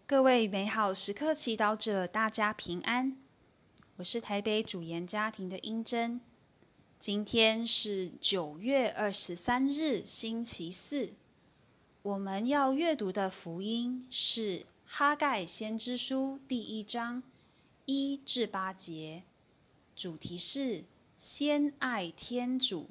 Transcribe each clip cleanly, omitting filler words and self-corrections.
各位美好时刻祈祷者，大家平安。我是台北主研家庭的英珍。今天是9月23日，星期四。我们要阅读的福音是哈盖先知书第1章1至8节，主题是先爱天主。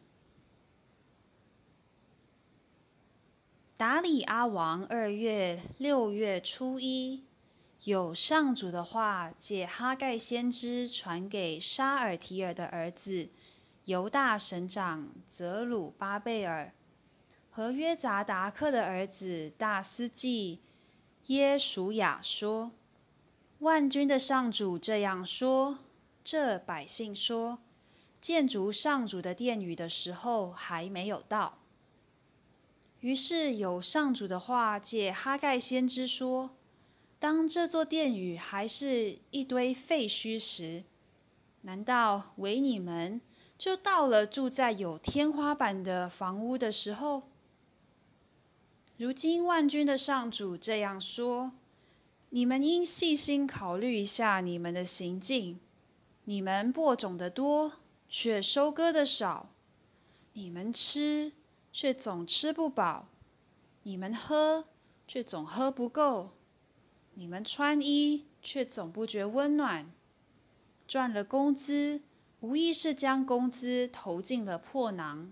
达里阿王2月6月初1，有上主的话借哈盖先知传给沙尔提尔的儿子犹大省长泽鲁巴贝尔和约扎达克的儿子大司祭耶属雅说：万军的上主这样说，这百姓说，建筑上主的殿宇的时候还没有到。于是有上主的话借哈盖先知说，当这座殿宇还是一堆废墟时，难道为你们就到了住在有天花板的房屋的时候？如今万军的上主这样说，你们应细心考虑一下你们的行径。你们播种的多，却收割的少；你们吃，却总吃不饱；你们喝，却总喝不够；你们穿衣，却总不觉温暖。赚了工资，无疑是将工资投进了破囊。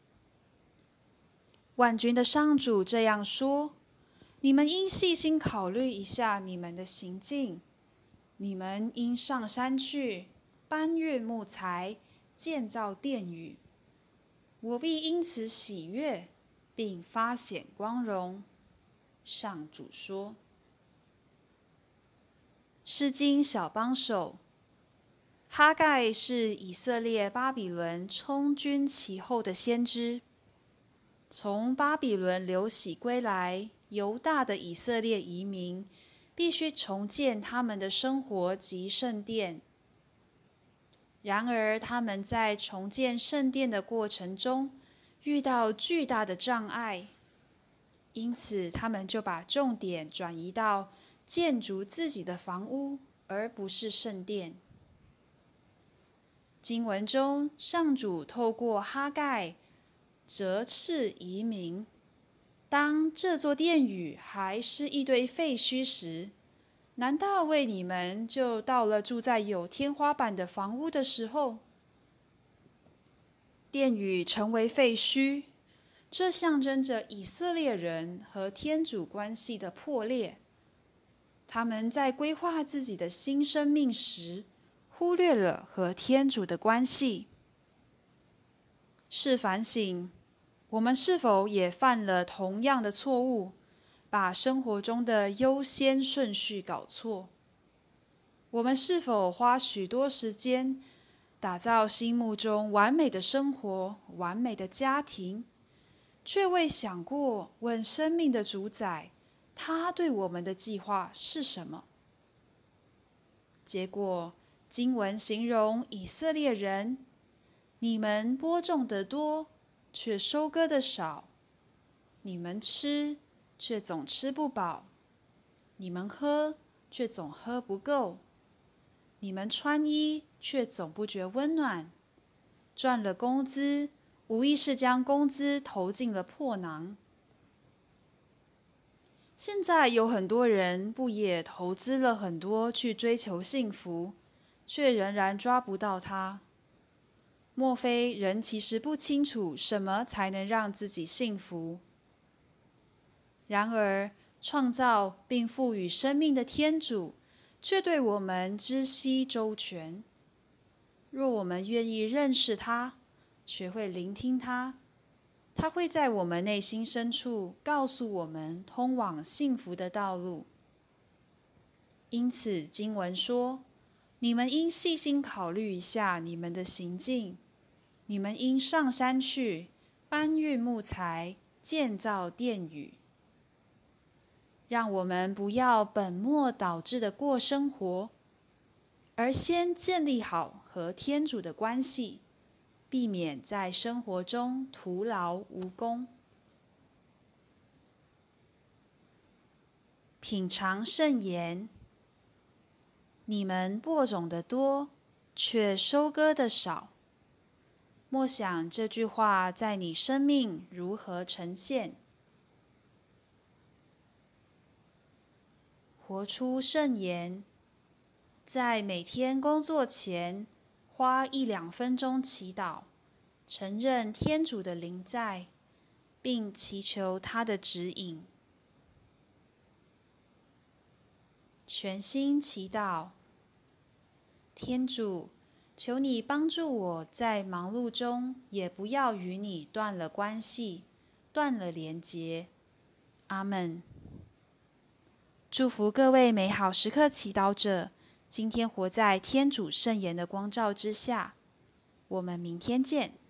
万军的上主这样说，你们应细心考虑一下你们的行径。你们应上山去，搬运木材，建造殿宇。我必因此喜悦，并发显光荣。上主说。诗经小帮手。哈盖是以色列巴比伦充军其后的先知。从巴比伦流徙归来，犹大的以色列移民必须重建他们的生活及圣殿。然而，他们在重建圣殿的过程中遇到巨大的障碍，因此他们就把重点转移到建筑自己的房屋，而不是圣殿。经文中，上主透过哈盖责斥移民，当这座殿宇还是一堆废墟时，难道为你们就到了住在有天花板的房屋的时候？殿宇成为废墟，这象征着以色列人和天主关系的破裂。他们在规划自己的新生命时，忽略了和天主的关系。是反省，我们是否也犯了同样的错误，把生活中的优先顺序搞错？我们是否花许多时间打造心目中完美的生活、完美的家庭，却未想过问生命的主宰，他对我们的计划是什么？结果，经文形容以色列人，你们播种的多，却收割的少；你们吃，却总吃不饱；你们喝，却总喝不够；你们穿衣，却总不觉温暖；赚了工资，无疑是将工资投进了破囊。现在有很多人不也投资了很多去追求幸福，却仍然抓不到它？莫非人其实不清楚什么才能让自己幸福？然而，创造并赋予生命的天主，却对我们知悉周全。若我们愿意认识他，学会聆听他，他会在我们内心深处告诉我们通往幸福的道路。因此，经文说：你们应细心考虑一下你们的行径。你们应上山去，搬运木材，建造殿宇。让我们不要本末倒置的过生活，而先建立好和天主的关系，避免在生活中徒劳无功。 品尝圣言。你们播种的多，却收割的少。默想这句话在你生命如何呈现。活出圣言，在每天工作前花1-2分钟祈祷，承认天主的临在，并祈求他的指引。全心祈祷，天主，求你帮助我在忙碌中也不要与你断了关系，断了连结。阿们。祝福各位美好时刻祈祷者，今天活在天主圣言的光照之下。我们明天见。